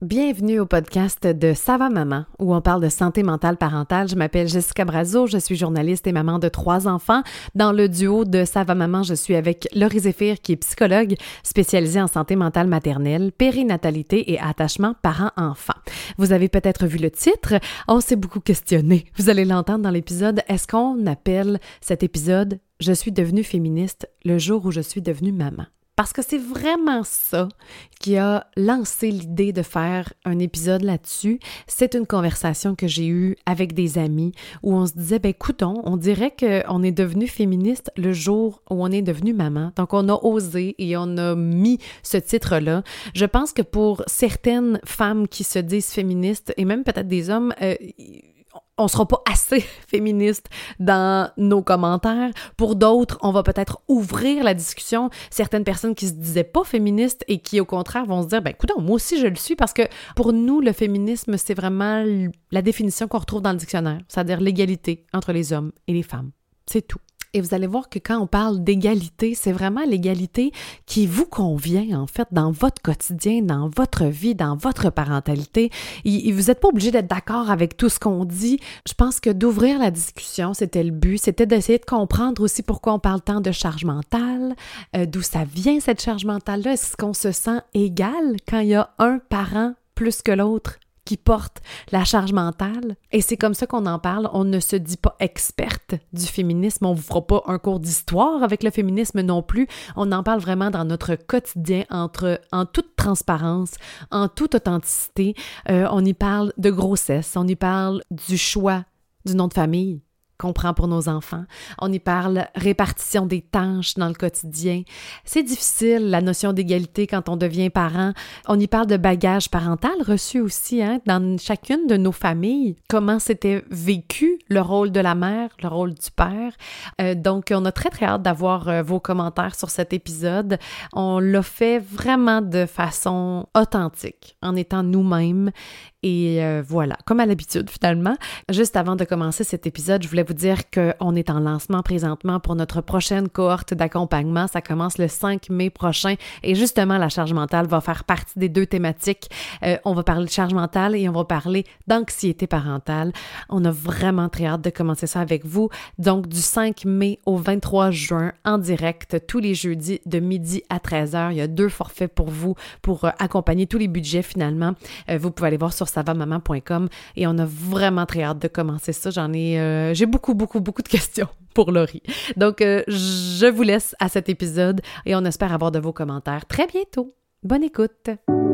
Bienvenue au podcast de Ça va maman, où on parle de santé mentale parentale. Je m'appelle Jessica Brazo, je suis journaliste et maman de 3 enfants. Dans le duo de Ça va maman, je suis avec Laurie Zéphir, qui est psychologue spécialisée en santé mentale maternelle, périnatalité et attachement parent-enfant. Vous avez peut-être vu le titre, on s'est beaucoup questionné. Vous allez l'entendre dans l'épisode. Est-ce qu'on appelle cet épisode « Je suis devenue féministe le jour où je suis devenue maman ». Parce que c'est vraiment ça qui a lancé l'idée de faire un épisode là-dessus. C'est une conversation que j'ai eue avec des amis où on se disait, écoutons, on dirait qu'on est devenu féministe le jour où on est devenu maman. Donc, on a osé et on a mis ce titre-là. Je pense que pour certaines femmes qui se disent féministes, et même peut-être des hommes, on sera pas assez féministe dans nos commentaires. Pour d'autres, on va peut-être ouvrir la discussion. Certaines personnes qui se disaient pas féministes et qui, au contraire, vont se dire, écoute, moi aussi, je le suis, parce que pour nous, le féminisme, c'est vraiment la définition qu'on retrouve dans le dictionnaire, c'est-à-dire l'égalité entre les hommes et les femmes. C'est tout. Et vous allez voir que quand on parle d'égalité, c'est vraiment l'égalité qui vous convient, en fait, dans votre quotidien, dans votre vie, dans votre parentalité. Vous n'êtes pas obligé d'être d'accord avec tout ce qu'on dit. Je pense que d'ouvrir la discussion, c'était le but. C'était d'essayer de comprendre aussi pourquoi on parle tant de charge mentale, d'où ça vient cette charge mentale-là. Est-ce qu'on se sent égal quand il y a un parent plus que l'autre qui porte la charge mentale? Et c'est comme ça qu'on en parle. On ne se dit pas experte du féminisme. On ne vous fera pas un cours d'histoire avec le féminisme non plus. On en parle vraiment dans notre quotidien, en toute transparence, en toute authenticité. On y parle de grossesse, on y parle du choix du nom de famille qu'on prend pour nos enfants. On y parle répartition des tâches dans le quotidien. C'est difficile, la notion d'égalité quand on devient parent. On y parle de bagage parental reçu aussi, dans chacune de nos familles. Comment c'était vécu le rôle de la mère, le rôle du père. Donc, on a très, très hâte d'avoir vos commentaires sur cet épisode. On l'a fait vraiment de façon authentique, en étant nous-mêmes. Et voilà, comme à l'habitude finalement. Juste avant de commencer cet épisode, je voulais vous dire qu'on est en lancement présentement pour notre prochaine cohorte d'accompagnement. Ça commence le 5 mai prochain et justement, la charge mentale va faire partie des 2 thématiques. On va parler de charge mentale et on va parler d'anxiété parentale. On a vraiment très hâte de commencer ça avec vous. Donc, du 5 mai au 23 juin, en direct, tous les jeudis de midi à 13h. Il y a 2 forfaits pour vous pour accompagner tous les budgets finalement. Vous pouvez aller voir sur savamaman.com et on a vraiment très hâte de commencer ça. J'ai beaucoup de questions pour Laurie. Donc, je vous laisse à cet épisode et on espère avoir de vos commentaires très bientôt. Bonne écoute!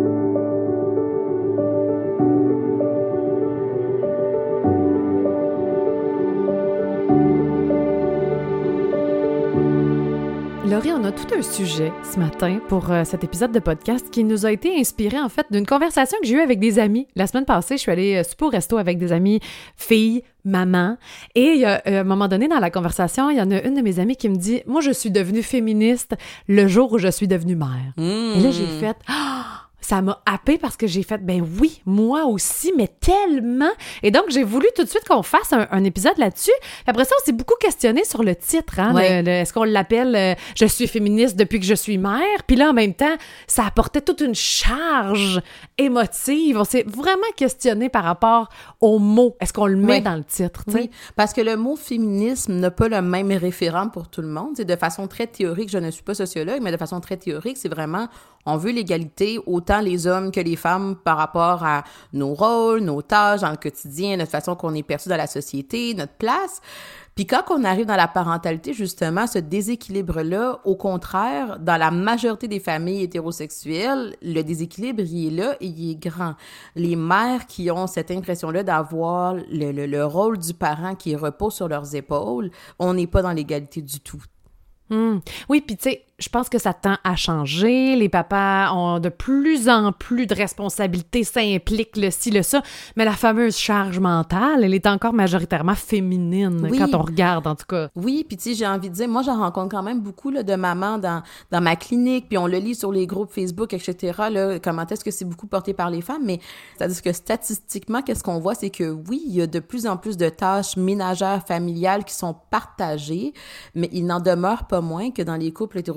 Laurie, on a tout un sujet ce matin pour cet épisode de podcast qui nous a été inspiré en fait d'une conversation que j'ai eue avec des amis. La semaine passée, je suis allée souper au resto avec des amis filles, maman, et à un moment donné dans la conversation, il y en a une de mes amies qui me dit « Moi, je suis devenue féministe le jour où je suis devenue mère. Et là, j'ai fait « ça m'a happée parce que j'ai fait, oui, moi aussi, mais tellement! Et donc, j'ai voulu tout de suite qu'on fasse un épisode là-dessus. Puis après ça, on s'est beaucoup questionné sur le titre. Ouais. Est-ce qu'on l'appelle « Je suis féministe depuis que je suis mère ». Puis là, en même temps, ça apportait toute une charge émotive. On s'est vraiment questionné par rapport au mot. Est-ce qu'on le met dans le titre? T'sais? Oui, parce que le mot féminisme n'a pas le même référent pour tout le monde. C'est de façon très théorique, je ne suis pas sociologue, mais de façon très théorique, c'est vraiment, on veut l'égalité autant les hommes que les femmes par rapport à nos rôles, nos tâches dans le quotidien, notre façon qu'on est perçu dans la société, notre place. Puis quand on arrive dans la parentalité, justement, ce déséquilibre-là, au contraire, dans la majorité des familles hétérosexuelles, le déséquilibre, il est là et il est grand. Les mères qui ont cette impression-là d'avoir le rôle du parent qui repose sur leurs épaules, on n'est pas dans l'égalité du tout. Oui, puis tu sais, je pense que ça tend à changer. Les papas ont de plus en plus de responsabilités, ça implique le ci, le ça. Mais la fameuse charge mentale, elle est encore majoritairement féminine quand on regarde, en tout cas. Oui, puis tu sais, j'ai envie de dire, moi, j'en rencontre quand même beaucoup là, de mamans dans ma clinique, puis on le lit sur les groupes Facebook, etc., là, comment est-ce que c'est beaucoup porté par les femmes, mais c'est-à-dire que statistiquement, qu'est-ce qu'on voit, c'est que oui, il y a de plus en plus de tâches ménagères, familiales qui sont partagées, mais il n'en demeure pas moins que dans les couples hétérosexuels,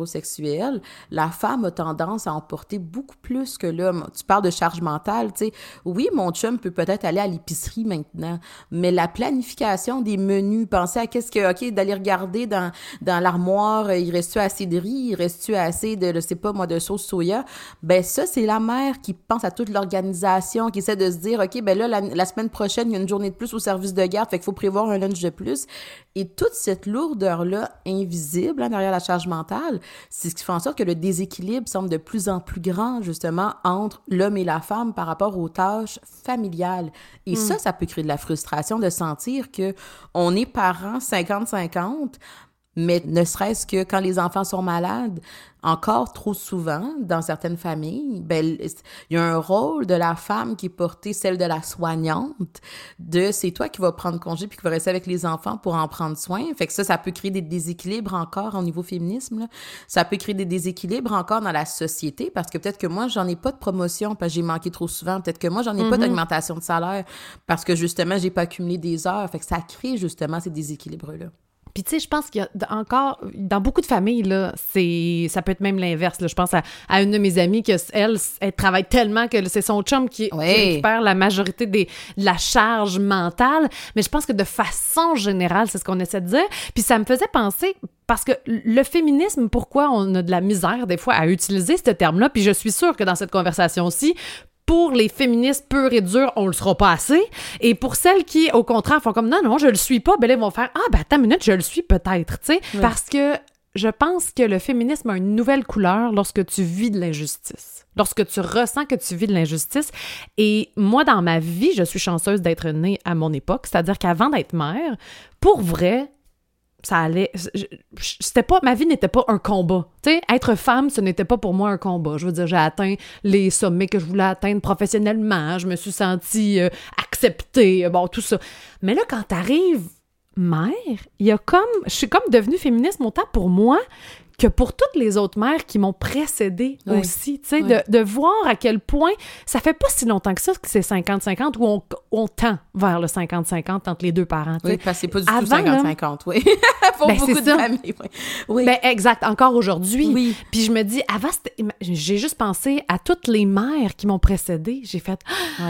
hétérosexuel, la femme a tendance à emporter beaucoup plus que l'homme. Tu parles de charge mentale, tu sais. Oui, mon chum peut peut-être aller à l'épicerie maintenant, mais la planification des menus, penser à qu'est-ce que, OK, d'aller regarder dans l'armoire, il reste-tu assez de riz, il reste-tu assez de, je sais pas moi, de sauce soya, ben ça, c'est la mère qui pense à toute l'organisation, qui essaie de se dire, OK, ben là, la semaine prochaine, il y a une journée de plus au service de garde, fait qu'il faut prévoir un lunch de plus. Et toute cette lourdeur-là, invisible, derrière la charge mentale, c'est ce qui fait en sorte que le déséquilibre semble de plus en plus grand, justement, entre l'homme et la femme par rapport aux tâches familiales. Et ça peut créer de la frustration de sentir que on est parents 50-50, mais ne serait-ce que quand les enfants sont malades, encore trop souvent, dans certaines familles, ben, il y a un rôle de la femme qui est porté, celle de la soignante, de c'est toi qui vas prendre congé puis qui va rester avec les enfants pour en prendre soin. Fait que ça peut créer des déséquilibres encore au niveau féminisme, là. Ça peut créer des déséquilibres encore dans la société parce que peut-être que moi, j'en ai pas de promotion parce que j'ai manqué trop souvent. Peut-être que moi, j'en ai pas d'augmentation de salaire parce que justement, j'ai pas accumulé des heures. Fait que ça crée justement ces déséquilibres-là. Puis tu sais, je pense qu'il y a encore, dans beaucoup de familles, là, ça peut être même l'inverse, là. Je pense à une de mes amies que elle travaille tellement que c'est son chum qui récupère la majorité de la charge mentale. Mais je pense que de façon générale, c'est ce qu'on essaie de dire. Puis ça me faisait penser, parce que le féminisme, pourquoi on a de la misère des fois à utiliser ce terme-là, puis je suis sûre que dans cette conversation aussi, pour les féministes purs et durs, on le sera pas assez. Et pour celles qui, au contraire, font comme non, je le suis pas, ben là, ils vont faire attends une minute, je le suis peut-être, tu sais. Oui. Parce que je pense que le féminisme a une nouvelle couleur lorsque tu vis de l'injustice. Lorsque tu ressens que tu vis de l'injustice. Et moi, dans ma vie, je suis chanceuse d'être née à mon époque. C'est-à-dire qu'avant d'être mère, pour vrai, ça allait... ma vie n'était pas un combat. Tu sais, être femme, ce n'était pas pour moi un combat. Je veux dire, j'ai atteint les sommets que je voulais atteindre professionnellement. Je me suis sentie acceptée, bon, tout ça. Mais là, quand t'arrives mère, je suis comme devenue féministe autant pour moi que pour toutes les autres mères qui m'ont précédée aussi, tu sais, de voir à quel point ça fait pas si longtemps que ça que c'est 50-50 où on tend vers le 50-50 entre les deux parents. Oui, parce que c'est pas du tout 50-50, oui. Pour beaucoup de familles, oui. Ben exact, encore aujourd'hui. Oui. Puis je me dis, avant, j'ai juste pensé à toutes les mères qui m'ont précédée. J'ai fait,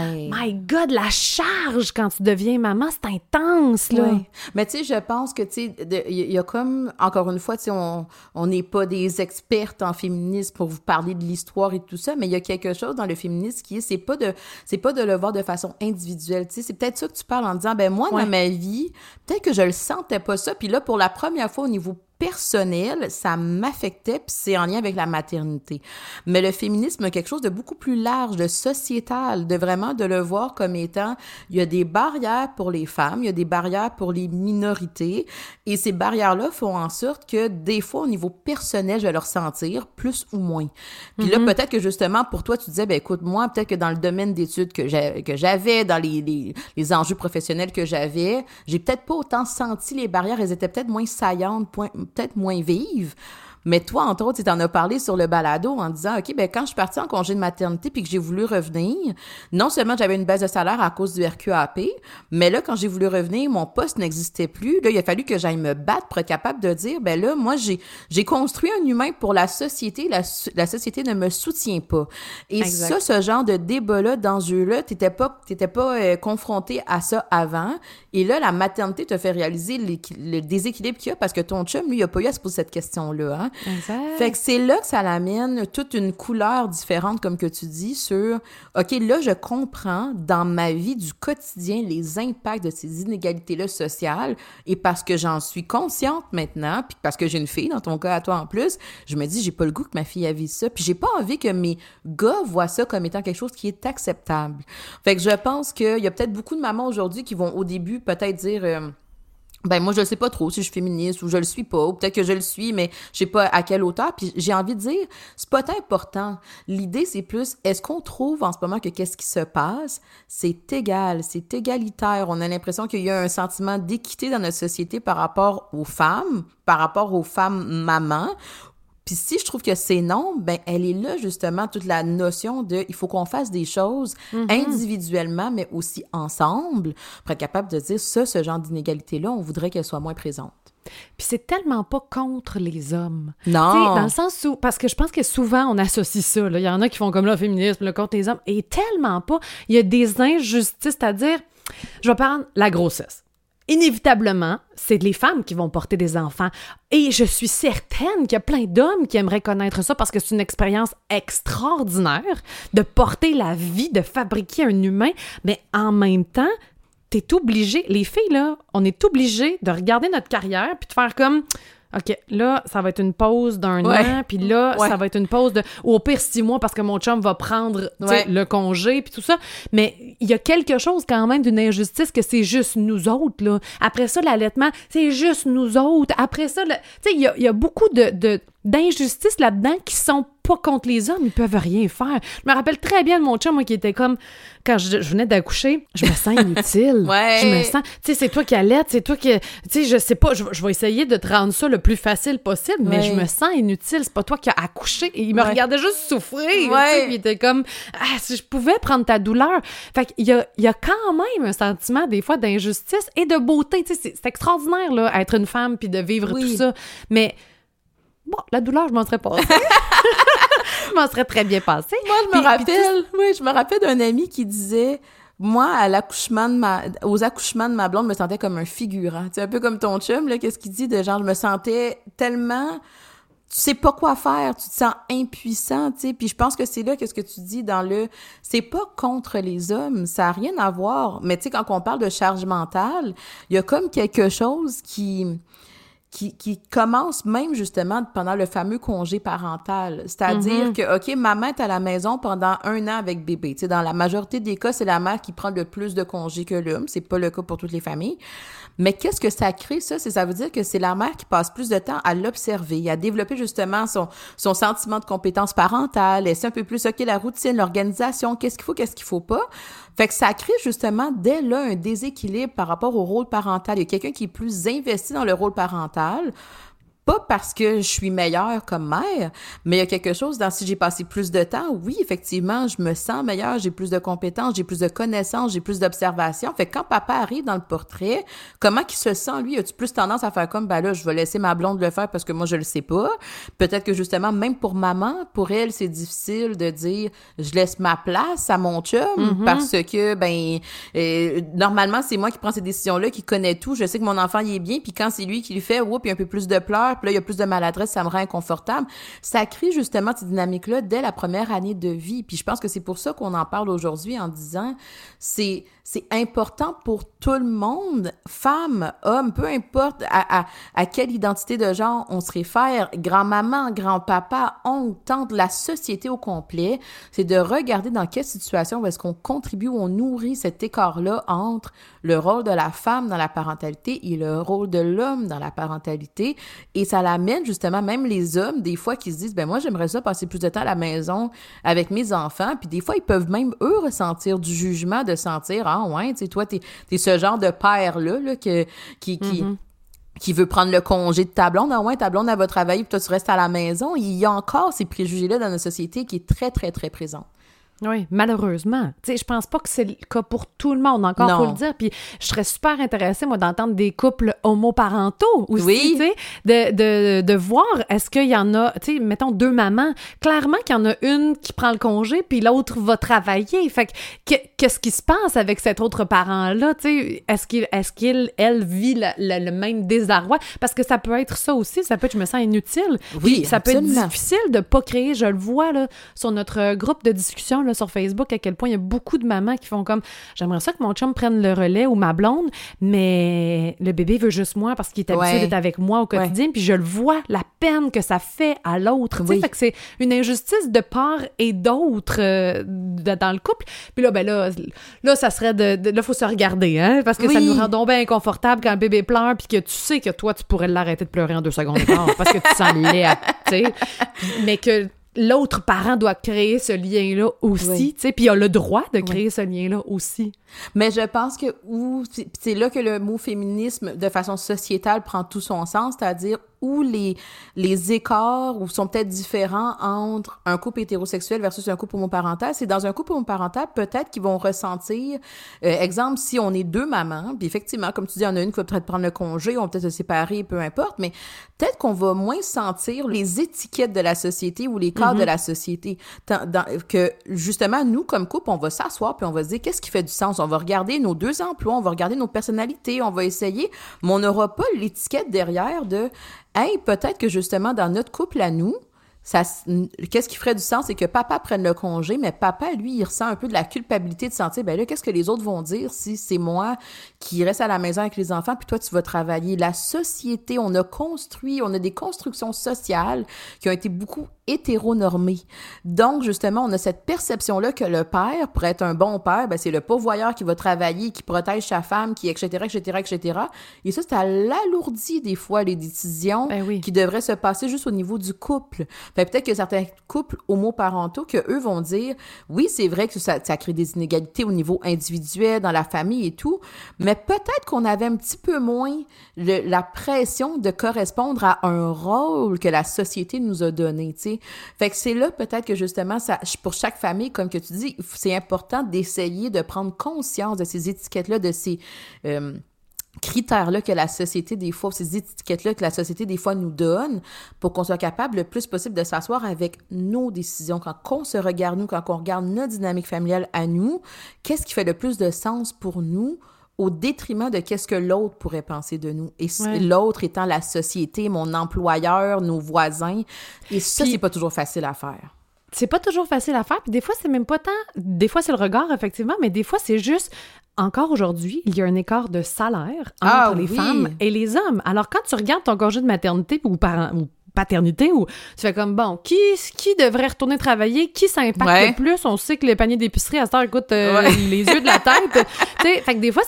my God, la charge quand tu deviens maman, c'est intense, là. Oui. Mais tu sais, je pense que, tu sais, il y a comme, encore une fois, tu sais, on n'est pas des expertes en féminisme pour vous parler de l'histoire et tout ça, mais il y a quelque chose dans le féminisme qui est, c'est pas de le voir de façon individuelle, tu sais, c'est peut-être ça que tu parles en disant, ben moi, dans ma vie, peut-être que je le sentais pas ça, puis là, pour la première fois au niveau personnel, ça m'affectait, puis c'est en lien avec la maternité. Mais le féminisme a quelque chose de beaucoup plus large, de sociétal, de vraiment de le voir comme étant, il y a des barrières pour les femmes, il y a des barrières pour les minorités, et ces barrières-là font en sorte que des fois, au niveau personnel, je vais le ressentir, plus ou moins. Puis là, peut-être que justement, pour toi, tu disais, ben écoute, moi, peut-être que dans le domaine d'études que j'avais, dans les enjeux professionnels que j'avais, j'ai peut-être pas autant senti les barrières, elles étaient peut-être moins saillantes, peut-être moins vive. Mais toi, entre autres, tu t'en as parlé sur le balado en disant, OK, ben quand je suis partie en congé de maternité puis que j'ai voulu revenir, non seulement j'avais une baisse de salaire à cause du RQAP, mais là, quand j'ai voulu revenir, mon poste n'existait plus. Là, il a fallu que j'aille me battre pour être capable de dire, ben là, moi, j'ai construit un humain pour la société. La société ne me soutient pas. Et ça, ce genre de débat-là, d'enjeu-là, t'étais pas confronté à ça avant. Et là, la maternité te fait réaliser le déséquilibre qu'il y a parce que ton chum, lui, il a pas eu à se poser cette question-là, hein. Exact. Fait que c'est là que ça l'amène toute une couleur différente, comme que tu dis, sur OK, là, je comprends dans ma vie du quotidien les impacts de ces inégalités-là sociales et parce que j'en suis consciente maintenant, puis parce que j'ai une fille, dans ton cas à toi en plus, je me dis, j'ai pas le goût que ma fille vive ça, puis j'ai pas envie que mes gars voient ça comme étant quelque chose qui est acceptable. Fait que je pense qu'il y a peut-être beaucoup de mamans aujourd'hui qui vont au début peut-être dire... ben moi je sais pas trop si je suis féministe ou je le suis pas, ou peut-être que je le suis mais je sais pas à quelle hauteur, puis j'ai envie de dire c'est pas tant important. L'idée c'est plus est-ce qu'on trouve en ce moment que qu'est-ce qui se passe, c'est égal, c'est égalitaire, on a l'impression qu'il y a un sentiment d'équité dans notre société par rapport aux femmes mamans. Puis si je trouve que c'est non, ben elle est là justement toute la notion de il faut qu'on fasse des choses individuellement mais aussi ensemble pour être capable de dire ça, ce genre d'inégalité-là, on voudrait qu'elle soit moins présente. Puis c'est tellement pas contre les hommes. Non. T'sais, dans le sens où... Parce que je pense que souvent, on associe ça. Là. Il y en a qui font comme le féminisme, le contre les hommes. Et tellement pas. Il y a des injustices, c'est-à-dire... Je vais prendre la grossesse. Inévitablement, c'est les femmes qui vont porter des enfants. Et je suis certaine qu'il y a plein d'hommes qui aimeraient connaître ça parce que c'est une expérience extraordinaire de porter la vie, de fabriquer un humain. Mais en même temps... t'es obligé, les filles, là, on est obligé de regarder notre carrière puis de faire comme, OK, là, ça va être une pause d'un an, puis là, ça va être une pause de, ou au pire 6 mois parce que mon chum va prendre le congé puis tout ça. Mais il y a quelque chose quand même d'une injustice que c'est juste nous autres, là. Après ça, l'allaitement, c'est juste nous autres. Après ça, tu sais, il y a beaucoup d'injustices là-dedans qui sont pas contre les hommes, ils peuvent rien faire. Je me rappelle très bien de mon chum, moi, qui était comme, quand je venais d'accoucher, je me sens inutile. Je me sens, tu sais, c'est toi qui allaites, c'est toi qui, tu sais, je sais pas, je vais essayer de te rendre ça le plus facile possible, mais je me sens inutile, c'est pas toi qui as accouché. Et il me regardait juste souffrir, tu sais, puis il était comme, si je pouvais prendre ta douleur. Fait qu'il y a quand même un sentiment, des fois, d'injustice et de beauté, tu sais, c'est extraordinaire, là, être une femme puis de vivre tout ça. Mais, bon, la douleur, je m'en serais passée. Je m'en serais très bien passée. Moi, je me rappelle d'un ami qui disait, moi, aux accouchements de ma blonde, je me sentais comme un figurant. C'est un peu comme ton chum, là, qu'est-ce qu'il dit de genre, je me sentais tellement, tu sais pas quoi faire, tu te sens impuissant, tu sais. Puis je pense que c'est là que ce que tu dis c'est pas contre les hommes, ça a rien à voir. Mais tu sais, quand on parle de charge mentale, il y a comme quelque chose qui commence même justement pendant le fameux congé parental. C'est-à-dire que, OK, maman est à la maison pendant 1 an avec bébé. Tu sais, dans la majorité des cas, c'est la mère qui prend le plus de congés que l'homme. C'est pas le cas pour toutes les familles. Mais qu'est-ce que ça crée, ça? Ça veut dire que c'est la mère qui passe plus de temps à l'observer, à développer justement son sentiment de compétence parentale, et c'est un peu plus, OK, la routine, l'organisation, qu'est-ce qu'il faut pas. Fait que ça crée justement, dès là, un déséquilibre par rapport au rôle parental. Il y a quelqu'un qui est plus investi dans le rôle parental, pas parce que je suis meilleure comme mère, mais il y a quelque chose dans si j'ai passé plus de temps, oui, effectivement, je me sens meilleure, j'ai plus de compétences, j'ai plus de connaissances, j'ai plus d'observations. Fait que quand papa arrive dans le portrait, comment qu'il se sent, lui? As-tu plus tendance à faire comme, ben là, je vais laisser ma blonde le faire parce que moi, je le sais pas. Peut-être que justement, même pour maman, pour elle, c'est difficile de dire, je laisse ma place à mon chum parce que, normalement, c'est moi qui prends ces décisions-là, qui connais tout. Je sais que mon enfant, il est bien, puis quand c'est lui qui le fait, il y a un peu plus de pleurs, puis là, il y a plus de maladresse, ça me rend inconfortable. Ça crée justement cette dynamique-là dès la première année de vie. Puis je pense que c'est pour ça qu'on en parle aujourd'hui en disant c'est important pour tout le monde, femme, homme, peu importe à quelle identité de genre on se réfère, grand-maman, grand-papa, oncle, tante, la société au complet, c'est de regarder dans quelle situation est-ce qu'on contribue ou on nourrit cet écart-là entre le rôle de la femme dans la parentalité et le rôle de l'homme dans la parentalité. Et ça l'amène justement, même les hommes, des fois, qui se disent, ben moi, j'aimerais ça passer plus de temps à la maison avec mes enfants. Puis des fois, ils peuvent même, eux, ressentir du jugement, de sentir, ah ouais, tu sais, toi, t'es ce genre de père-là, là, qui veut prendre le congé de ta blonde. Ah ouais, ta blonde, elle va travailler, puis toi, tu restes à la maison. Il y a encore ces préjugés-là dans notre société qui est très, très, très présent. Oui, malheureusement. Tu sais, je pense pas que c'est le cas pour tout le monde, encore, faut le dire. Puis je serais super intéressée, moi, d'entendre des couples homoparentaux aussi, tu sais, de voir, est-ce qu'il y en a, tu sais, mettons 2 mamans, clairement qu'il y en a une qui prend le congé, puis l'autre va travailler. Fait que qu'est-ce qui se passe avec cet autre parent-là, tu sais? Est-ce elle vit le même désarroi? Parce que ça peut être ça aussi, ça peut être, je me sens inutile. Oui, puis ça absolument. peut être difficile de pas créer, je le vois, là, sur notre groupe de discussion, là, sur Facebook, à quel point il y a beaucoup de mamans qui font comme, j'aimerais ça que mon chum prenne le relais ou ma blonde, mais le bébé veut juste moi parce qu'il est habitué d'être avec moi au quotidien, puis je le vois, la peine que ça fait à l'autre. Tu sais, fait que c'est une injustice de part et d'autre dans le couple. Puis là, ça serait là, faut se regarder, hein, parce que ça nous rend donc bien inconfortable quand le bébé pleure, puis que tu sais que toi, tu pourrais l'arrêter de pleurer en 2 secondes parce que tu sens laid, tu sais, mais que l'autre parent doit créer ce lien-là aussi, tu sais, puis il a le droit de créer ce lien-là aussi. Mais je pense que c'est là que le mot féminisme, de façon sociétale, prend tout son sens, c'est-à-dire où les écarts sont peut-être différents entre un couple hétérosexuel versus un couple homoparental. C'est dans un couple homoparental, peut-être qu'ils vont ressentir, exemple, si on est deux mamans, puis effectivement, comme tu dis, il y en a une qui va peut-être prendre le congé, on va peut-être se séparer, peu importe, mais peut-être qu'on va moins sentir les étiquettes de la société ou les cadres de la société. Que, justement, nous, comme couple, on va s'asseoir puis on va se dire qu'est-ce qui fait du sens. On va regarder nos deux emplois, on va regarder nos personnalités, on va essayer, mais on n'aura pas l'étiquette derrière de « Hey, peut-être que, justement, dans notre couple à nous, qu'est-ce qui ferait du sens, c'est que papa prenne le congé, mais papa, lui, il ressent un peu de la culpabilité de sentir, ben là, qu'est-ce que les autres vont dire si c'est moi qui reste à la maison avec les enfants, puis toi, tu vas travailler. La société, on a des constructions sociales qui ont été beaucoup hétéronormées. Donc, justement, on a cette perception-là que le père, pour être un bon père, ben c'est le pourvoyeur qui va travailler, qui protège sa femme, qui etc., etc., etc. Et ça l'alourdit des fois les décisions qui devraient se passer juste au niveau du couple. Fait peut-être que certains couples homoparentaux, que eux vont dire, oui, c'est vrai que ça crée des inégalités au niveau individuel, dans la famille et tout, mais peut-être qu'on avait un petit peu moins la pression de correspondre à un rôle que la société nous a donné, tu sais. Fait que c'est là peut-être que justement, pour chaque famille, comme que tu dis, c'est important d'essayer de prendre conscience de ces étiquettes-là, de ces critères-là que la société, des fois, ces étiquettes-là que la société, des fois, nous donne pour qu'on soit capable le plus possible de s'asseoir avec nos décisions. Quand on se regarde, nous, quand on regarde notre dynamique familiale à nous, qu'est-ce qui fait le plus de sens pour nous au détriment de qu'est-ce que l'autre pourrait penser de nous. Et l'autre étant la société, mon employeur, nos voisins. Et ça, c'est pas toujours facile à faire. C'est pas toujours facile à faire, puis des fois, c'est même pas tant... Des fois, c'est le regard, effectivement, mais des fois, c'est juste... Encore aujourd'hui, il y a un écart de salaire entre les femmes et les hommes. Alors, quand tu regardes ton congé de maternité ou paternité, ou tu fais comme, bon, qui devrait retourner travailler? Qui ça impacte le plus? On sait que les paniers d'épicerie, à cette heure, écoute, les yeux de la tête. Tu sais, fait que des fois,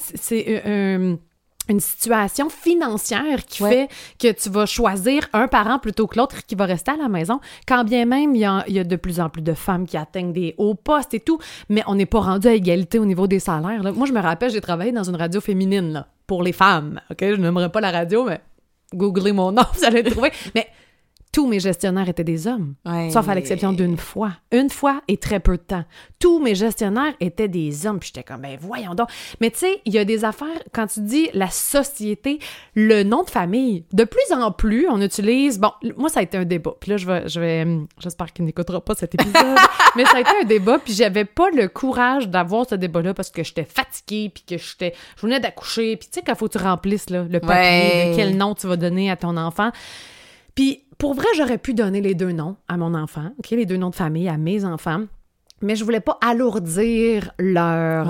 c'est une situation financière qui fait que tu vas choisir un parent plutôt que l'autre qui va rester à la maison, quand bien même il y a de plus en plus de femmes qui atteignent des hauts postes et tout, mais on n'est pas rendu à égalité au niveau des salaires, là. Moi, je me rappelle, j'ai travaillé dans une radio féminine, là, pour les femmes, OK? Je n'aimerais pas la radio, mais googlez mon nom, vous allez le trouver. Mais tous mes gestionnaires étaient des hommes, sauf à l'exception d'une fois. Une fois et très peu de temps. Tous mes gestionnaires étaient des hommes. Puis j'étais comme, ben voyons donc. Mais tu sais, il y a des affaires, quand tu dis la société, le nom de famille, de plus en plus, on utilise... Bon, moi, ça a été un débat. Puis là, j'espère qu'il n'écoutera pas cet épisode. Mais ça a été un débat, puis j'avais pas le courage d'avoir ce débat-là parce que j'étais fatiguée, puis que je venais d'accoucher. Puis tu sais, quand faut que tu remplisses là, le papier de quel nom tu vas donner à ton enfant. Puis, pour vrai, j'aurais pu donner les deux noms à mon enfant, OK, les deux noms de famille à mes enfants, mais je voulais pas alourdir leur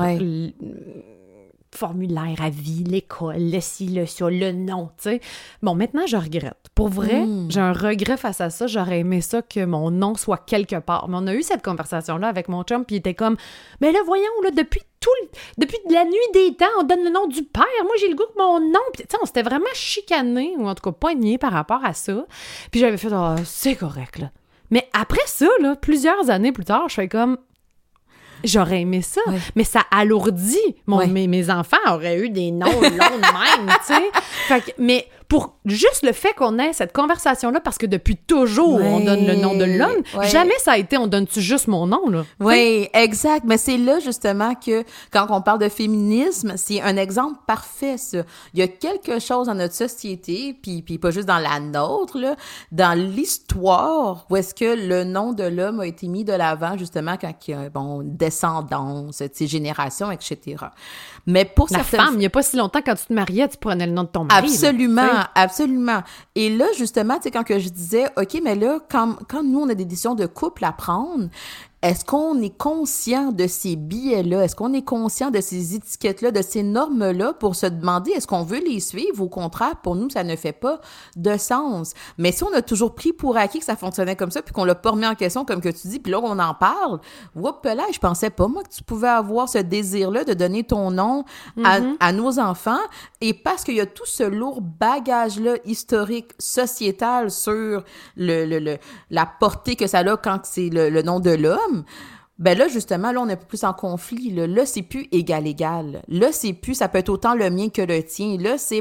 formulaire à vie, l'école, le ci, le ça, le nom, tu sais. Bon, maintenant, je regrette. Pour vrai, j'ai un regret face à ça. J'aurais aimé ça que mon nom soit quelque part. Mais on a eu cette conversation-là avec mon chum, puis il était comme, mais là, voyons, là, depuis la nuit des temps, on donne le nom du père. Moi, j'ai le goût que mon nom... Puis, tu sais, on s'était vraiment chicané, ou en tout cas poigné par rapport à ça. Puis j'avais fait, c'est correct, là. Mais après ça, là, plusieurs années plus tard, je fais comme... J'aurais aimé ça, mais ça alourdit. Mes enfants auraient eu des noms longs de même, tu sais. Mais pour juste le fait qu'on ait cette conversation-là, parce que depuis toujours, on donne le nom de l'homme, jamais ça a été « on donne-tu juste mon nom », là? Oui, exact. Mais c'est là, justement, que quand on parle de féminisme, c'est un exemple parfait, ça. Il y a quelque chose dans notre société, puis pas juste dans la nôtre, là, dans l'histoire, où est-ce que le nom de l'homme a été mis de l'avant, justement, quand il y a, descendance, génération, etc. Mais pour la femme, il n'y a pas si longtemps, quand tu te mariais, tu prenais le nom de ton mari. Absolument, absolument. Et là, justement, tu sais, quand que je disais, OK, mais là, quand nous, on a des décisions de couple à prendre, est-ce qu'on est conscient de ces biais-là? Est-ce qu'on est conscient de ces étiquettes-là, de ces normes-là pour se demander est-ce qu'on veut les suivre? Au contraire, pour nous, ça ne fait pas de sens. Mais si on a toujours pris pour acquis que ça fonctionnait comme ça, puis qu'on l'a pas remis en question, comme que tu dis, puis là, on en parle, là, je pensais pas, moi, que tu pouvais avoir ce désir-là de donner ton nom à nos enfants. Et parce qu'il y a tout ce lourd bagage-là historique, sociétal sur la portée que ça a quand c'est le nom de l'homme, ben là, justement, là, on est un peu plus en conflit. Là, c'est plus égal-égal. Là, c'est plus, ça peut être autant le mien que le tien. Là, c'est,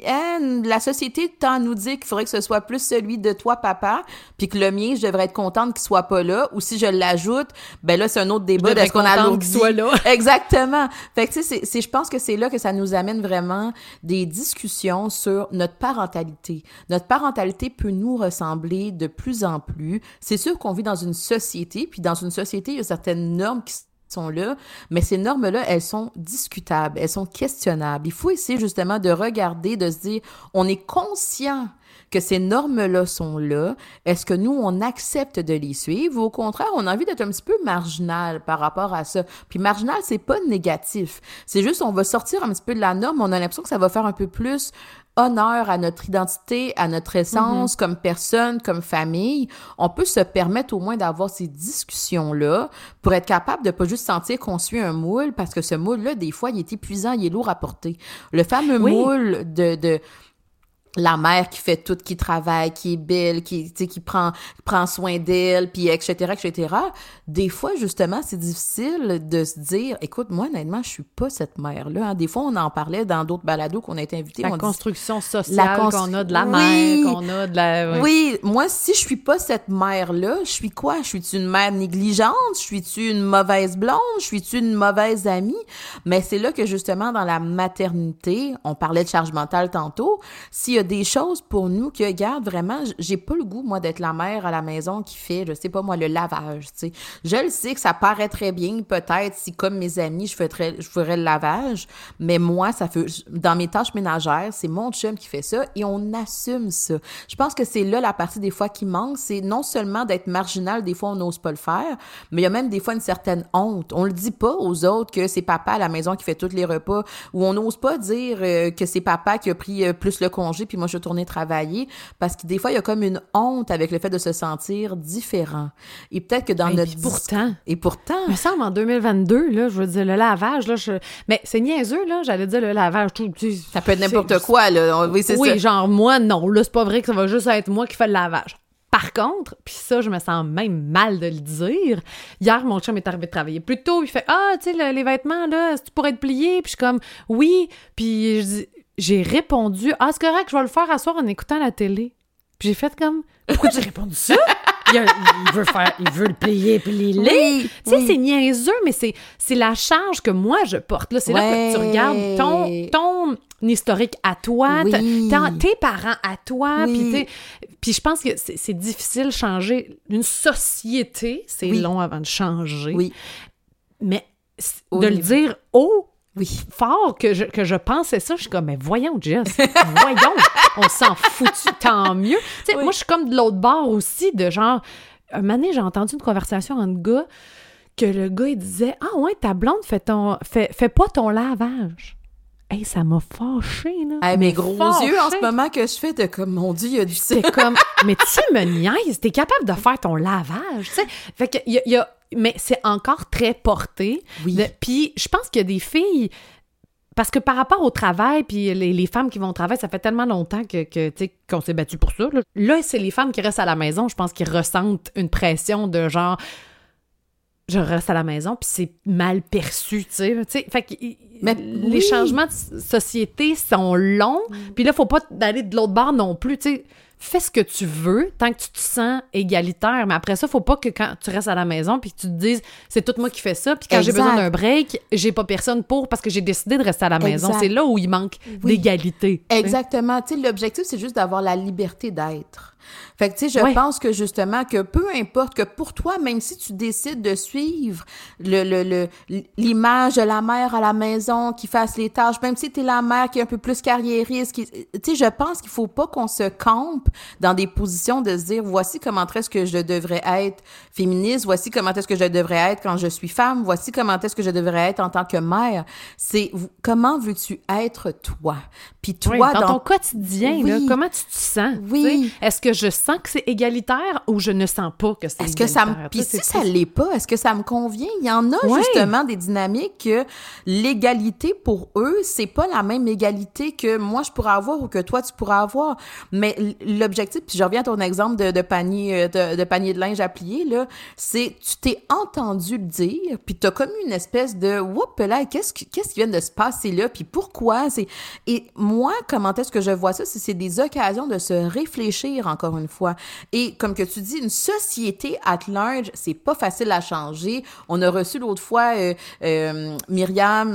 la société tend à nous dire qu'il faudrait que ce soit plus celui de toi, papa, puis que le mien, je devrais être contente qu'il soit pas là. Ou si je l'ajoute, ben là, c'est un autre débat de ce qu'on alourdit. Qu'il soit là. Exactement. Fait que, tu sais, je pense que c'est là que ça nous amène vraiment des discussions sur notre parentalité. Notre parentalité peut nous ressembler de plus en plus. C'est sûr qu'on vit dans une société, puis dans une société, il y a certaines normes qui sont là, mais ces normes-là, elles sont discutables, elles sont questionnables. Il faut essayer justement de regarder, de se dire, on est conscient que ces normes-là sont là. Est-ce que nous, on accepte de les suivre ou au contraire, on a envie d'être un petit peu marginal par rapport à ça? Puis marginal, c'est pas négatif. C'est juste, on va sortir un petit peu de la norme, on a l'impression que ça va faire un peu plus honneur à notre identité, à notre essence comme personne, comme famille. On peut se permettre au moins d'avoir ces discussions-là pour être capable de pas juste sentir qu'on suit un moule, parce que ce moule-là, des fois, il est épuisant, il est lourd à porter. Le fameux moule de la mère qui fait tout, qui travaille, qui est belle, qui prend soin d'elle, puis etc., etc. Des fois, justement, c'est difficile de se dire, écoute, moi, honnêtement, je suis pas cette mère-là. Hein. Des fois, on en parlait dans d'autres balados qu'on a été invités. La construction sociale qu'on a de la mère, qu'on a de la... Oui, moi, si je suis pas cette mère-là, je suis quoi? Je suis-tu une mère négligente? Je suis-tu une mauvaise blonde? Je suis-tu une mauvaise amie? Mais c'est là que, justement, dans la maternité, on parlait de charge mentale tantôt, s'il y a des choses pour nous que, regarde, vraiment, j'ai pas le goût, moi, d'être la mère à la maison qui fait, je sais pas, moi, le lavage, tu sais. Je le sais que ça paraît très bien, peut-être, si, comme mes amis, je ferais le lavage, mais moi, ça fait, dans mes tâches ménagères, c'est mon chum qui fait ça et on assume ça. Je pense que c'est là la partie, des fois, qui manque, c'est non seulement d'être marginal, des fois, on n'ose pas le faire, mais il y a même des fois une certaine honte. On le dit pas aux autres que c'est papa à la maison qui fait tous les repas, ou on n'ose pas dire que c'est papa qui a pris plus le congé, puis moi, je suis retournée travailler, parce que des fois, il y a comme une honte avec le fait de se sentir différent. Et peut-être que dans notre... Et pourtant... Il me semble, en 2022, là, je veux dire, le lavage, là, mais c'est niaiseux, là, j'allais dire le lavage, tout... Ça peut être n'importe quoi, là. Oui, c'est ça. Oui, genre, moi, non, là, c'est pas vrai que ça va juste être moi qui fais le lavage. Par contre, puis ça, je me sens même mal de le dire. Hier, mon chum est arrivé de travailler plus tôt, il fait « Ah, tu sais, les vêtements, là, est-ce que tu pourrais être plié? » Puis je suis comme « Oui. » Puis je dis... J'ai répondu « Ah, c'est correct, je vais le faire à soir en écoutant la télé. » Puis j'ai fait comme « Pourquoi j'ai répondu ça? » Il veut le plier puis les lits. Tu sais, c'est niaiseux, mais c'est la charge que moi, je porte. Là, c'est là que tu regardes ton historique à toi, tes parents à toi, puis je pense que c'est difficile de changer. Une société, c'est long avant de changer. Oui. Mais de le dire fort que je pensais ça, je suis comme, mais voyons, Jess, voyons, on s'en fout, tant mieux. Tu sais, moi, je suis comme de l'autre bord aussi, de genre, un moment donné, j'ai entendu une conversation entre gars, que le gars, il disait, « Ah ouais, ta blonde fait pas ton lavage. » Hey, ça m'a fâchée, là. Hey, mes gros yeux, en ce moment, que je fais, de comme, mon Dieu, il a dit ça. C'était comme, mais tu me niaises, t'es capable de faire ton lavage, tu sais. Fait que, il y a mais c'est encore très porté. Oui. Puis je pense qu'il y a des filles... Parce que par rapport au travail, puis les femmes qui vont au travail, ça fait tellement longtemps qu'on s'est battu pour ça. Là, c'est les femmes qui restent à la maison, je pense qu'ils ressentent une pression de genre... Je reste à la maison, puis c'est mal perçu, tu sais. Fait que les changements de société sont longs, puis là, faut pas aller de l'autre bord non plus, tu sais. Fais ce que tu veux, tant que tu te sens égalitaire. Mais après ça, faut pas que quand tu restes à la maison puis que tu te dises, c'est tout moi qui fais ça, puis quand j'ai besoin d'un break, j'ai pas personne parce que j'ai décidé de rester à la maison. C'est là où il manque d'égalité. Exactement. Tu sais, l'objectif, c'est juste d'avoir la liberté d'être. Fait que, tu sais, je pense que justement, que peu importe, que pour toi, même si tu décides de suivre l'image de la mère à la maison qui fasse les tâches, même si t'es la mère qui est un peu plus carriériste, tu sais, je pense qu'il faut pas qu'on se campe dans des positions de se dire, voici comment est-ce que je devrais être féministe, voici comment est-ce que je devrais être quand je suis femme, voici comment est-ce que je devrais être en tant que mère. C'est comment veux-tu être toi? Puis toi, dans ton quotidien, là, comment tu te sens? Oui. Est-ce que je sens que c'est égalitaire ou je ne sens pas que c'est égalitaire? Est-ce que ça me... Puis si ça l'est pas, est-ce que ça me convient? Il y en a justement des dynamiques que l'égalité pour eux, c'est pas la même égalité que moi je pourrais avoir ou que toi tu pourrais avoir. Mais l'objectif, puis je reviens à ton exemple de panier de linge à plier, là, c'est tu t'es entendu le dire, puis t'as comme une espèce de « Whoop, là, qu'est-ce qui vient de se passer là? Puis pourquoi? » Et moi, comment est-ce que je vois ça? C'est des occasions de se réfléchir, encore une fois. Et comme que tu dis, une société at large, c'est pas facile à changer. On a reçu l'autre fois Myriam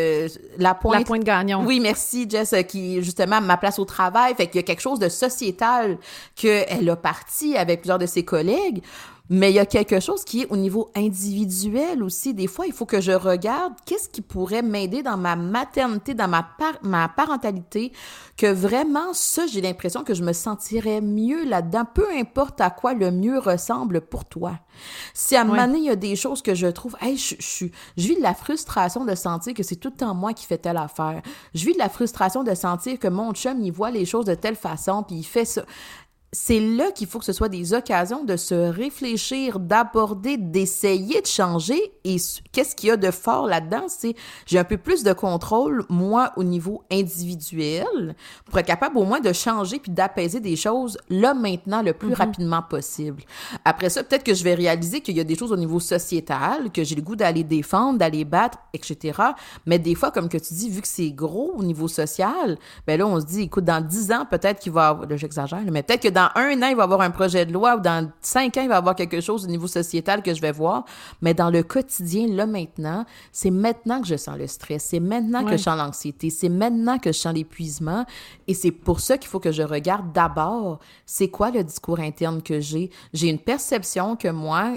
Lapointe Gagnon. Oui, merci Jess, qui justement ma place au travail. Fait qu'il y a quelque chose de sociétal qu'elle a parti avec plusieurs de ses collègues. Mais il y a quelque chose qui est au niveau individuel aussi. Des fois, il faut que je regarde qu'est-ce qui pourrait m'aider dans ma maternité, dans ma parentalité, que vraiment, ça, j'ai l'impression que je me sentirais mieux là-dedans, peu importe à quoi le mieux ressemble pour toi. Si à un moment donné, il y a des choses que je trouve, hey, je vis de la frustration de sentir que c'est tout le temps moi qui fais telle affaire. Je vis de la frustration de sentir que mon chum, il voit les choses de telle façon, puis il fait ça. C'est là qu'il faut que ce soit des occasions de se réfléchir, d'aborder, d'essayer de changer. Et qu'est-ce qu'il y a de fort là-dedans? C'est j'ai un peu plus de contrôle, moi, au niveau individuel, pour être capable au moins de changer puis d'apaiser des choses là, maintenant, le plus rapidement possible. Après ça, peut-être que je vais réaliser qu'il y a des choses au niveau sociétal, que j'ai le goût d'aller défendre, d'aller battre, etc. Mais des fois, comme que tu dis, vu que c'est gros au niveau social, ben là, on se dit, écoute, dans 10 ans, peut-être qu'il va avoir... Là, j'exagère, mais peut-être que dans 1 an, il va y avoir un projet de loi ou dans 5 ans, il va y avoir quelque chose au niveau sociétal que je vais voir. Mais dans le quotidien, là, maintenant, c'est maintenant que je sens le stress. C'est maintenant que je sens l'anxiété. C'est maintenant que je sens l'épuisement. Et c'est pour ça qu'il faut que je regarde d'abord c'est quoi le discours interne que j'ai. J'ai une perception que moi,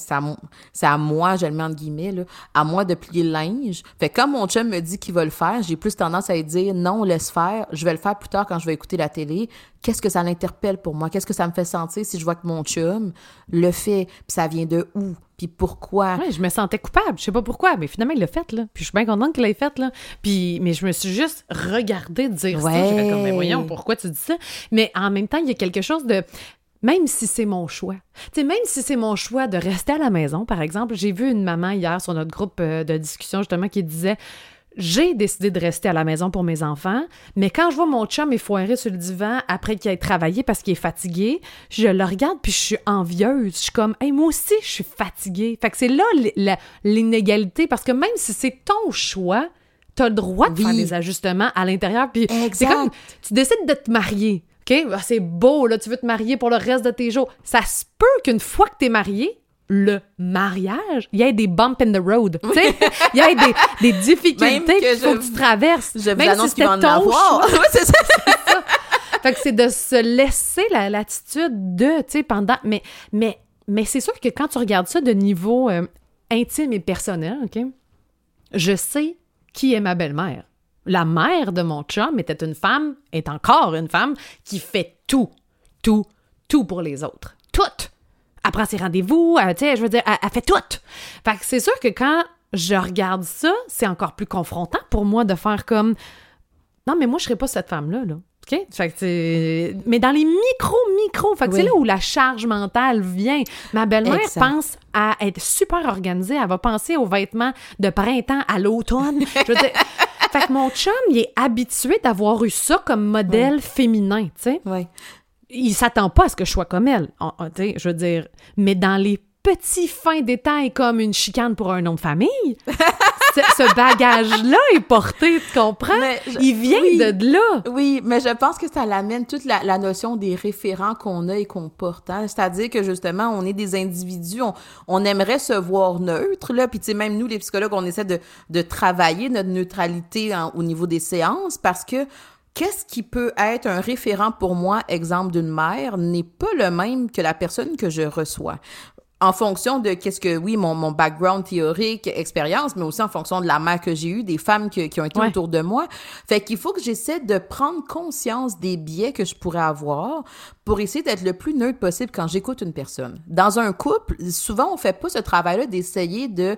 c'est à moi, je le mets entre guillemets, là, à moi de plier le linge. Fait que quand mon chum me dit qu'il va le faire, j'ai plus tendance à lui dire non, laisse faire. Je vais le faire plus tard quand je vais écouter la télé. Qu'est-ce que ça l'interpelle pour moi? Qu'est-ce que ça me fait sentir si je vois que mon chum le fait? Puis ça vient de où? Puis pourquoi? Oui, je me sentais coupable. Je sais pas pourquoi, mais finalement, il l'a fait, là. Puis je suis bien contente qu'il l'ait fait, là. Mais je me suis juste regardée dire ça. J'ai fait comme, mais voyons, pourquoi tu dis ça? Mais en même temps, il y a quelque chose de... Même si c'est mon choix. Tu sais, même si c'est mon choix de rester à la maison, par exemple, j'ai vu une maman hier sur notre groupe de discussion, justement, qui disait... J'ai décidé de rester à la maison pour mes enfants, mais quand je vois mon chum effoiré sur le divan après qu'il ait travaillé parce qu'il est fatigué, je le regarde puis je suis envieuse. Je suis comme, hey, moi aussi, je suis fatiguée. Fait que c'est là l'inégalité, parce que même si c'est ton choix, t'as le droit de faire des ajustements à l'intérieur. Puis c'est comme, tu décides de te marier, OK? C'est beau, là, tu veux te marier pour le reste de tes jours. Ça se peut qu'une fois que t'es marié, le mariage, il y a des bumps in the road, tu sais, il y a des difficultés qu'il faut que tu traverses. Je vous annonce qu'il va en avoir. Oui, c'est ça. Fait que c'est de se laisser l'attitude de, tu sais, pendant... Mais c'est sûr que quand tu regardes ça de niveau intime et personnel, OK, je sais qui est ma belle-mère. La mère de mon chum est encore une femme qui fait tout pour les autres. Tout! Elle prend ses rendez-vous, tu sais, je veux dire, elle fait tout. Fait que c'est sûr que quand je regarde ça, c'est encore plus confrontant pour moi de faire comme... Non, mais moi, je serais pas cette femme-là, là. OK? Fait que c'est... Mais dans les micro, fait que c'est là où la charge mentale vient. Ma belle-mère pense à être super organisée. Elle va penser aux vêtements de printemps à l'automne. Je veux dire... Fait que mon chum, il est habitué d'avoir eu ça comme modèle féminin, tu sais. Oui. Il s'attend pas à ce que je sois comme elle, je veux dire. Mais dans les petits fins détails, comme une chicane pour un nom de famille, ce bagage-là est porté, tu comprends? Il vient de là. Oui, mais je pense que ça l'amène toute la notion des référents qu'on a et qu'on porte. Hein? C'est-à-dire que, justement, on est des individus, on aimerait se voir neutre, là, puis tu sais, même nous, les psychologues, on essaie de travailler notre neutralité au niveau des séances, parce que qu'est-ce qui peut être un référent pour moi, exemple d'une mère, n'est pas le même que la personne que je reçois. En fonction de mon background théorique, expérience, mais aussi en fonction de la mère que j'ai eue, des femmes qui ont été autour de moi. Fait qu'il faut que j'essaie de prendre conscience des biais que je pourrais avoir pour essayer d'être le plus neutre possible quand j'écoute une personne. Dans un couple, souvent, on fait pas ce travail-là d'essayer de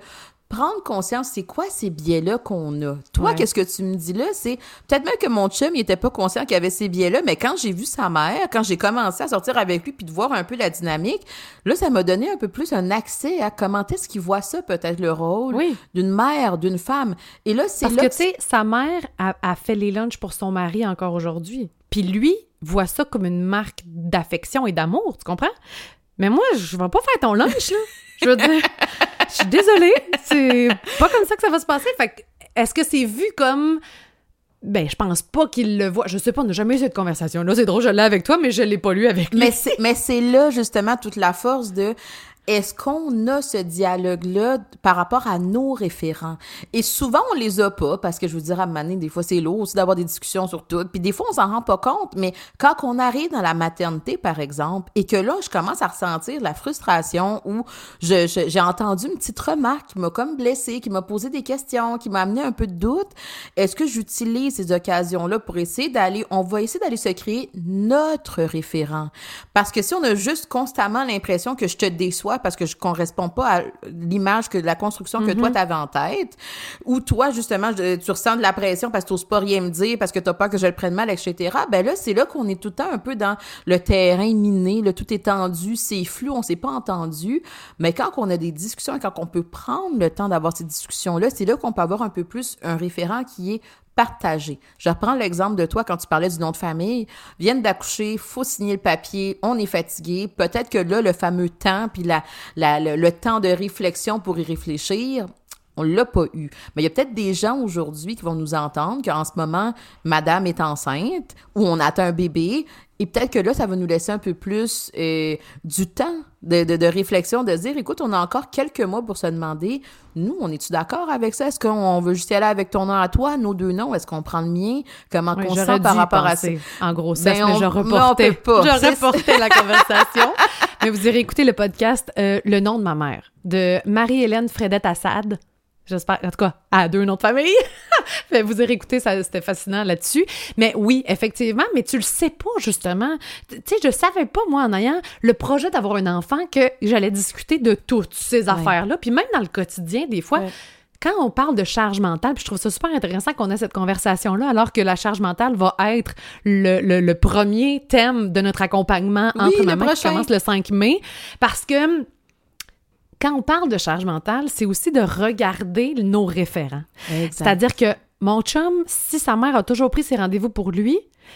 prendre conscience, c'est quoi ces biais-là qu'on a? Toi, qu'est-ce que tu me dis là? C'est peut-être même que mon chum, il était pas conscient qu'il y avait ces biais-là, mais quand j'ai vu sa mère, quand j'ai commencé à sortir avec lui puis de voir un peu la dynamique, là, ça m'a donné un peu plus un accès à comment est-ce qu'il voit ça, peut-être le rôle d'une mère, d'une femme. Et là, c'est parce que, tu sais, sa mère a fait les lunchs pour son mari encore aujourd'hui. Puis lui voit ça comme une marque d'affection et d'amour, tu comprends? Mais moi, je vais pas faire ton lunch, là. Je veux dire, je suis désolée, c'est pas comme ça que ça va se passer. Fait que, est-ce que c'est vu comme... Ben, je pense pas qu'il le voit. Je sais pas, on n'a jamais eu cette conversation-là. C'est drôle, je l'ai avec toi, mais je l'ai pas lu avec lui. Mais c'est là, justement, toute la force de... Est-ce qu'on a ce dialogue-là par rapport à nos référents? Et souvent, on les a pas, parce que je vous dirais, à un moment donné, des fois, c'est lourd aussi d'avoir des discussions sur tout. Puis des fois, on s'en rend pas compte, mais quand on arrive dans la maternité, par exemple, et que là, je commence à ressentir la frustration ou j'ai entendu une petite remarque qui m'a comme blessée, qui m'a posé des questions, qui m'a amené un peu de doute, est-ce que j'utilise ces occasions-là pour on va essayer d'aller se créer notre référent? Parce que si on a juste constamment l'impression que je te déçois parce que je correspond pas à l'image la construction que toi t'avais en tête, ou toi justement tu ressens de la pression parce que t'oses pas rien me dire parce que t'as peur que je le prenne mal, etc. Ben là c'est là qu'on est tout le temps un peu dans le terrain miné, le tout est tendu, c'est flou, on s'est pas entendu. Mais quand on a des discussions et quand on peut prendre le temps d'avoir ces discussions là, c'est là qu'on peut avoir un peu plus un référent qui est partagé. Je reprends l'exemple de toi quand tu parlais du nom de famille. Viennent d'accoucher, faut signer le papier, on est fatigué. Peut-être que là, le fameux temps, puis le temps de réflexion pour y réfléchir, on l'a pas eu. Mais il y a peut-être des gens aujourd'hui qui vont nous entendre qu'en ce moment, madame est enceinte ou on attend un bébé. Et peut-être que là, ça va nous laisser un peu plus du temps de réflexion, de se dire, écoute, on a encore quelques mois pour se demander, nous, on est-tu d'accord avec ça? Est-ce qu'on veut juste y aller avec ton nom à toi, nos deux noms? Est-ce qu'on prend le mien? Comment on se sent par rapport à ça? En grossesse, mais je reportais la conversation. Mais vous irez écouter le podcast Le nom de ma mère, de Marie-Hélène Fredette-Assad. J'espère, en tout cas, à deux noms de famille. Vous irez écouter, ça, c'était fascinant là-dessus. Mais oui, effectivement, mais tu le sais pas, justement. Tu sais, je savais pas, moi, en ayant le projet d'avoir un enfant, que j'allais discuter de toutes ces affaires-là. Puis même dans le quotidien, des fois, quand on parle de charge mentale, puis je trouve ça super intéressant qu'on ait cette conversation-là, alors que la charge mentale va être le premier thème de notre accompagnement entre mamans qui commence le 5 mai. Parce que quand on parle de charge mentale, c'est aussi de regarder nos référents. Exact. C'est-à-dire que mon chum, si sa mère a toujours pris ses rendez-vous pour lui,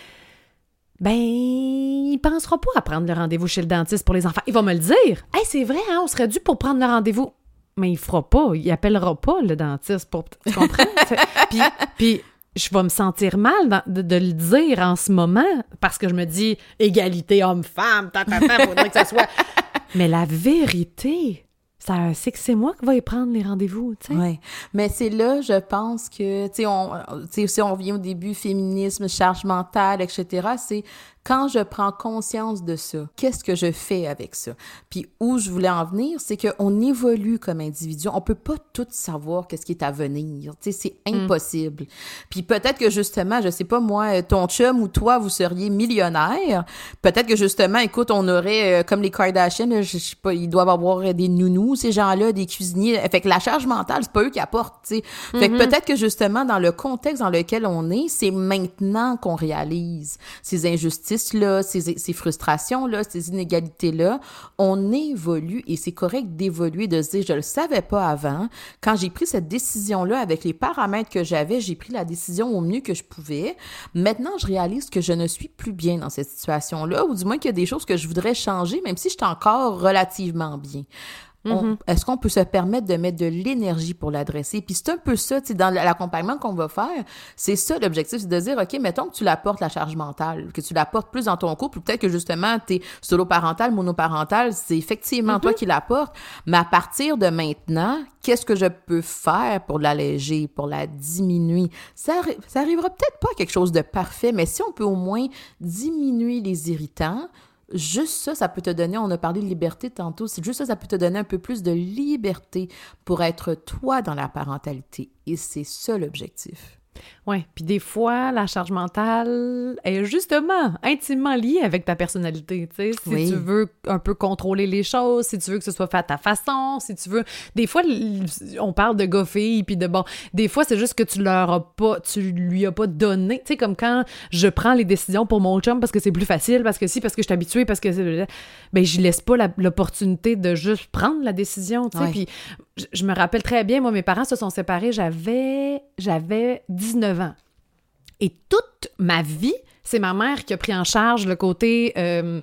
ben, il pensera pas à prendre le rendez-vous chez le dentiste pour les enfants. Il va me le dire. « Hey, c'est vrai, hein, on serait dû pour prendre le rendez-vous. » Mais il fera pas. Il appellera pas le dentiste pour... Tu comprends? puis je vais me sentir mal de le dire en ce moment parce que je me dis « égalité homme-femme, faudrait que ça soit... » Mais la vérité... c'est que c'est moi qui vais y prendre les rendez-vous, tu sais. Oui, mais c'est là, je pense que, tu sais, si on revient au début, féminisme, charge mentale, etc., c'est quand je prends conscience de ça, qu'est-ce que je fais avec ça? Puis où je voulais en venir, c'est qu'on évolue comme individu. On peut pas tout savoir qu'est-ce qui est à venir. Tu sais, c'est impossible. Puis peut-être que justement, je sais pas moi, ton chum ou toi, vous seriez millionnaire. Peut-être que justement, écoute, on aurait, comme les Kardashians, là, je sais pas, ils doivent avoir des nounous, ces gens-là, des cuisiniers. Fait que la charge mentale, c'est pas eux qui apportent, tu sais. Fait que peut-être que justement, dans le contexte dans lequel on est, c'est maintenant qu'on réalise ces injustices là, ces frustrations-là, ces inégalités-là, on évolue et c'est correct d'évoluer, de se dire, je le savais pas avant. Quand j'ai pris cette décision-là avec les paramètres que j'avais, j'ai pris la décision au mieux que je pouvais. Maintenant, je réalise que je ne suis plus bien dans cette situation-là, ou du moins qu'il y a des choses que je voudrais changer, même si je suis encore relativement bien. Est-ce qu'on peut se permettre de mettre de l'énergie pour l'adresser? Puis c'est un peu ça, tu sais, dans l'accompagnement qu'on va faire, c'est ça l'objectif, c'est de dire, OK, mettons que tu l'apportes la charge mentale, que tu l'apportes plus dans ton couple, ou peut-être que justement, t'es solo-parental, monoparental, c'est effectivement toi qui l'apportes, mais à partir de maintenant, qu'est-ce que je peux faire pour l'alléger, pour la diminuer? Ça arrivera peut-être pas à quelque chose de parfait, mais si on peut au moins diminuer les irritants, juste ça peut te donner, on a parlé de liberté tantôt, c'est juste ça peut te donner un peu plus de liberté pour être toi dans la parentalité. Et c'est ça l'objectif. Oui, puis des fois, la charge mentale est justement intimement liée avec ta personnalité, tu sais. Si tu veux un peu contrôler les choses, si tu veux que ce soit fait à ta façon, si tu veux... Des fois, on parle de gars-filles, puis de bon... Des fois, c'est juste que tu lui as pas donné. Tu sais, comme quand je prends les décisions pour mon chum parce que c'est plus facile, parce que je suis habituée, parce que... Ben, je laisse pas l'opportunité de juste prendre la décision, tu sais. Puis je me rappelle très bien, moi, mes parents se sont séparés, j'avais 19 ans. Et toute ma vie, c'est ma mère qui a pris en charge le côté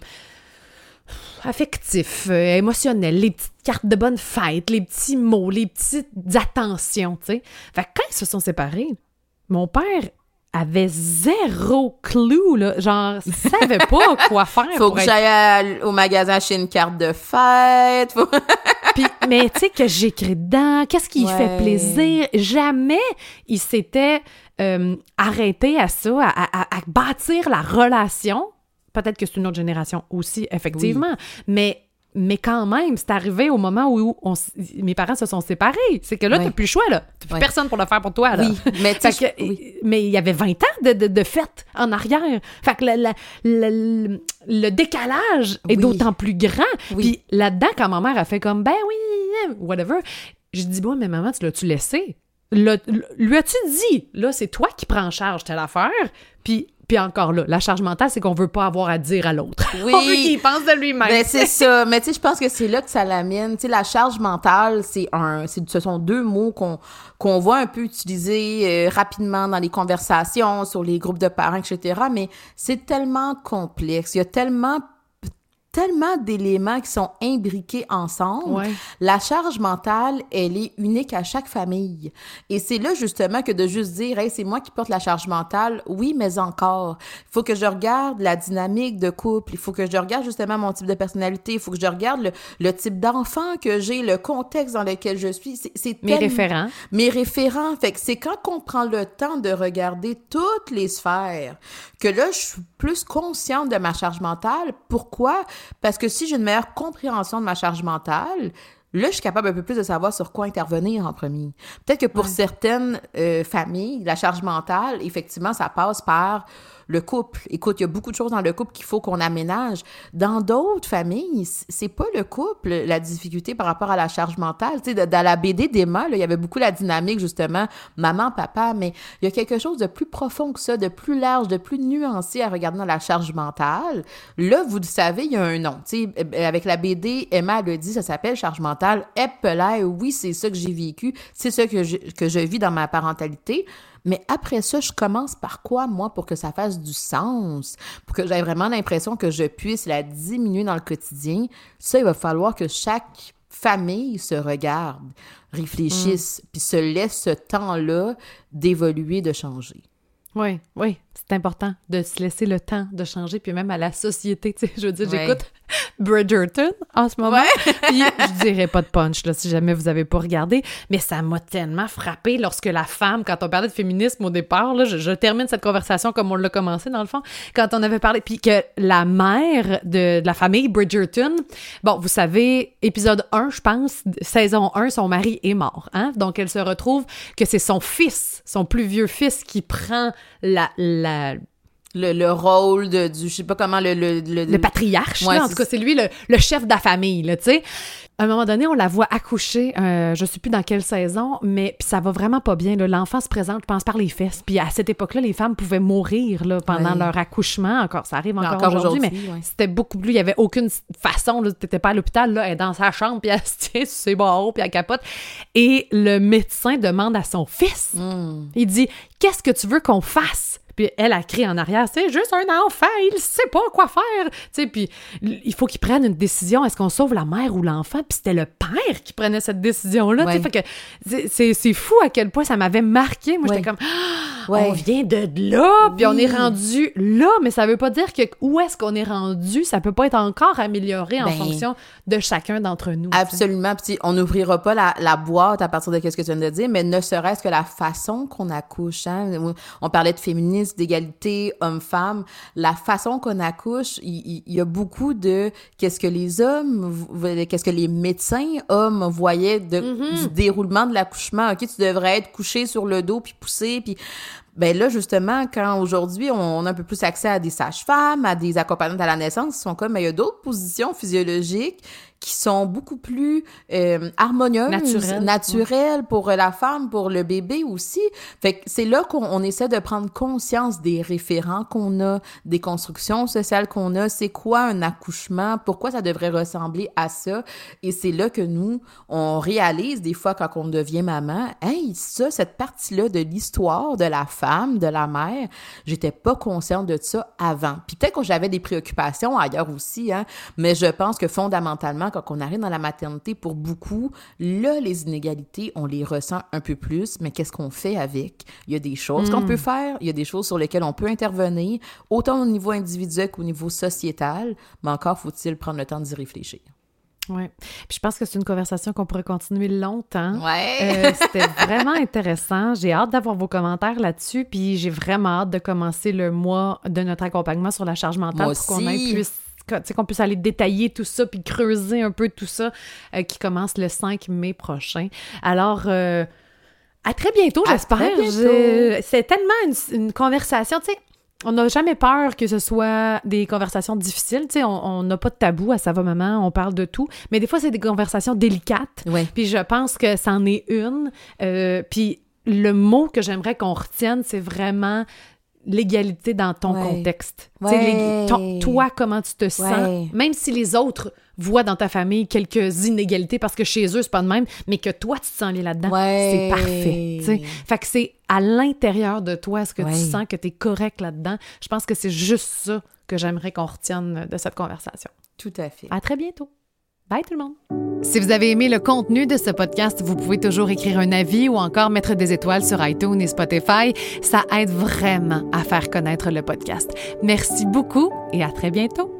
affectif, émotionnel, les petites cartes de bonne fête, les petits mots, les petites attentions, tu sais. Fait que quand ils se sont séparés, mon père avait zéro clue, là, genre, savait pas quoi faire. Faut que j'aille au magasin acheter une carte de fête. Puis, mais tu sais, que j'écris dedans, qu'est-ce qui fait plaisir? Jamais il s'était arrêté à ça, à bâtir la relation. Peut-être que c'est une autre génération aussi, effectivement, mais quand même, c'est arrivé au moment où mes parents se sont séparés. C'est que là, t'as plus le choix, là. T'as plus personne pour le faire pour toi, là. Oui, mais mais il y avait 20 ans de fête en arrière. Fait que le décalage est d'autant plus grand. Puis là-dedans, quand ma mère a fait comme, ben oui, whatever, je dis, bon, mais maman, tu l'as-tu laissé? Lui as-tu dit, là, c'est toi qui prends en charge telle affaire? Puis encore là, la charge mentale, c'est qu'on veut pas avoir à dire à l'autre. Oui. On veut qu'il pense de lui-même. Ben, c'est ça. Mais tu sais, je pense que c'est là que ça l'amène. Tu sais, la charge mentale, ce sont deux mots qu'on voit un peu utiliser rapidement dans les conversations, sur les groupes de parents, etc. Mais c'est tellement complexe. Il y a tellement d'éléments qui sont imbriqués ensemble. Ouais. La charge mentale, elle est unique à chaque famille. Et c'est là, justement, que de juste dire, hey, c'est moi qui porte la charge mentale. Oui, mais encore. Il faut que je regarde la dynamique de couple. Il faut que je regarde, justement, mon type de personnalité. Il faut que je regarde le type d'enfant que j'ai, le contexte dans lequel je suis. Mes référents. Mes référents. Fait que c'est quand on prend le temps de regarder toutes les sphères que là, je suis plus consciente de ma charge mentale. Pourquoi? Parce que si j'ai une meilleure compréhension de ma charge mentale, là, je suis capable un peu plus de savoir sur quoi intervenir en premier. Peut-être que pour certaines familles, la charge mentale, effectivement, ça passe par le couple. Écoute, il y a beaucoup de choses dans le couple qu'il faut qu'on aménage. Dans d'autres familles, c'est pas le couple, la difficulté par rapport à la charge mentale. Tu sais, dans la BD d'Emma, là, il y avait beaucoup la dynamique, justement, maman, papa, mais il y a quelque chose de plus profond que ça, de plus large, de plus nuancé à regarder dans la charge mentale. Là, vous le savez, il y a un nom. Tu sais, avec la BD, Emma le dit, ça s'appelle charge mentale. Epelaire, oui, c'est ça que j'ai vécu, c'est ça que je vis dans ma parentalité. Mais après ça, je commence par quoi, moi, pour que ça fasse du sens, pour que j'aie vraiment l'impression que je puisse la diminuer dans le quotidien? Ça, il va falloir que chaque famille se regarde, réfléchisse, puis se laisse ce temps-là d'évoluer, de changer. Oui, c'est important de se laisser le temps de changer, puis même à la société, tu sais, je veux dire, j'écoute Bridgerton en ce moment, puis je dirais pas de punch, là, si jamais vous avez pas regardé, mais ça m'a tellement frappée lorsque la femme, quand on parlait de féminisme au départ, là, je termine cette conversation comme on l'a commencé, dans le fond, quand on avait parlé, puis que la mère de la famille Bridgerton, bon, vous savez, épisode 1, je pense, saison 1, son mari est mort, hein, donc elle se retrouve que c'est son fils, son plus vieux fils qui prend le rôle du, je sais pas comment, le patriarche, là, en tout cas, c'est lui le chef de la famille, là, tu sais. À un moment donné, on la voit accoucher, je sais plus dans quelle saison, mais puis ça va vraiment pas bien, là. L'enfant se présente, je pense, par les fesses. Puis à cette époque-là, les femmes pouvaient mourir, là, pendant leur accouchement. Encore, ça arrive encore aujourd'hui, mais c'était beaucoup plus... Il y avait aucune façon, là, t'étais pas à l'hôpital, là, elle est dans sa chambre, puis elle se tient sur ses barreaux, puis elle capote. Et le médecin demande à son fils, il dit, « Qu'est-ce que tu veux qu'on fasse? » Puis elle a crié en arrière, c'est juste un enfant, il sait pas quoi faire. Tu sais, puis il faut qu'il prenne une décision. Est-ce qu'on sauve la mère ou l'enfant? Puis c'était le père qui prenait cette décision-là. Tu sais, fait que c'est fou à quel point ça m'avait marqué. Moi, j'étais comme, on vient de là, puis on est rendu là, mais ça veut pas dire que où est-ce qu'on est rendu, ça peut pas être encore amélioré en fonction de chacun d'entre nous. Absolument. Puis on n'ouvrira pas la boîte à partir de ce que tu viens de dire, mais ne serait-ce que la façon qu'on accouche. Hein? On parlait de féminisme, d'égalité homme-femme, la façon qu'on accouche, il y a beaucoup de qu'est-ce que les médecins hommes voyaient du déroulement de l'accouchement. OK, tu devrais être couché sur le dos puis pousser, puis Ben là, justement, quand aujourd'hui, on a un peu plus accès à des sages-femmes, à des accompagnantes à la naissance, ils sont comme, mais il y a d'autres positions physiologiques qui sont beaucoup plus harmonieuses, naturelles pour la femme, pour le bébé aussi. Fait que c'est là qu'on essaie de prendre conscience des référents qu'on a, des constructions sociales qu'on a, c'est quoi un accouchement, pourquoi ça devrait ressembler à ça. Et c'est là que nous, on réalise des fois quand on devient maman, hey, ça, cette partie-là de l'histoire de la femme, de la mère, j'étais pas consciente de ça avant. Puis peut-être que j'avais des préoccupations ailleurs aussi, hein, mais je pense que fondamentalement, quand on arrive dans la maternité, pour beaucoup, là, les inégalités, on les ressent un peu plus, mais qu'est-ce qu'on fait avec? Il y a des choses qu'on peut faire, il y a des choses sur lesquelles on peut intervenir, autant au niveau individuel qu'au niveau sociétal, mais encore faut-il prendre le temps d'y réfléchir. Oui. Puis je pense que c'est une conversation qu'on pourrait continuer longtemps. Ouais. C'était vraiment intéressant. J'ai hâte d'avoir vos commentaires là-dessus. Puis j'ai vraiment hâte de commencer le mois de notre accompagnement sur la charge mentale Moi pour qu'on aussi. qu'on puisse aller détailler tout ça puis creuser un peu tout ça qui commence le 5 mai prochain. Alors, à très bientôt, j'espère. Très bientôt. C'est tellement une conversation, tu sais. On n'a jamais peur que ce soit des conversations difficiles. Tu sais, on n'a pas de tabou à Ça va maman, on parle de tout. Mais des fois, c'est des conversations délicates. Ouais. Puis je pense que c'en est une. Puis le mot que j'aimerais qu'on retienne, c'est vraiment l'égalité dans ton contexte. Ouais. Tu sais, toi, comment tu te sens, même si les autres voient dans ta famille quelques inégalités parce que chez eux, c'est pas de même, mais que toi, tu te sens aller là-dedans, c'est parfait. T'sais. Fait que c'est à l'intérieur de toi, est-ce que tu sens que tu es correct là-dedans? Je pense que c'est juste ça que j'aimerais qu'on retienne de cette conversation. Tout à fait. À très bientôt. Bye tout le monde! Si vous avez aimé le contenu de ce podcast, vous pouvez toujours écrire un avis ou encore mettre des étoiles sur iTunes et Spotify. Ça aide vraiment à faire connaître le podcast. Merci beaucoup et à très bientôt!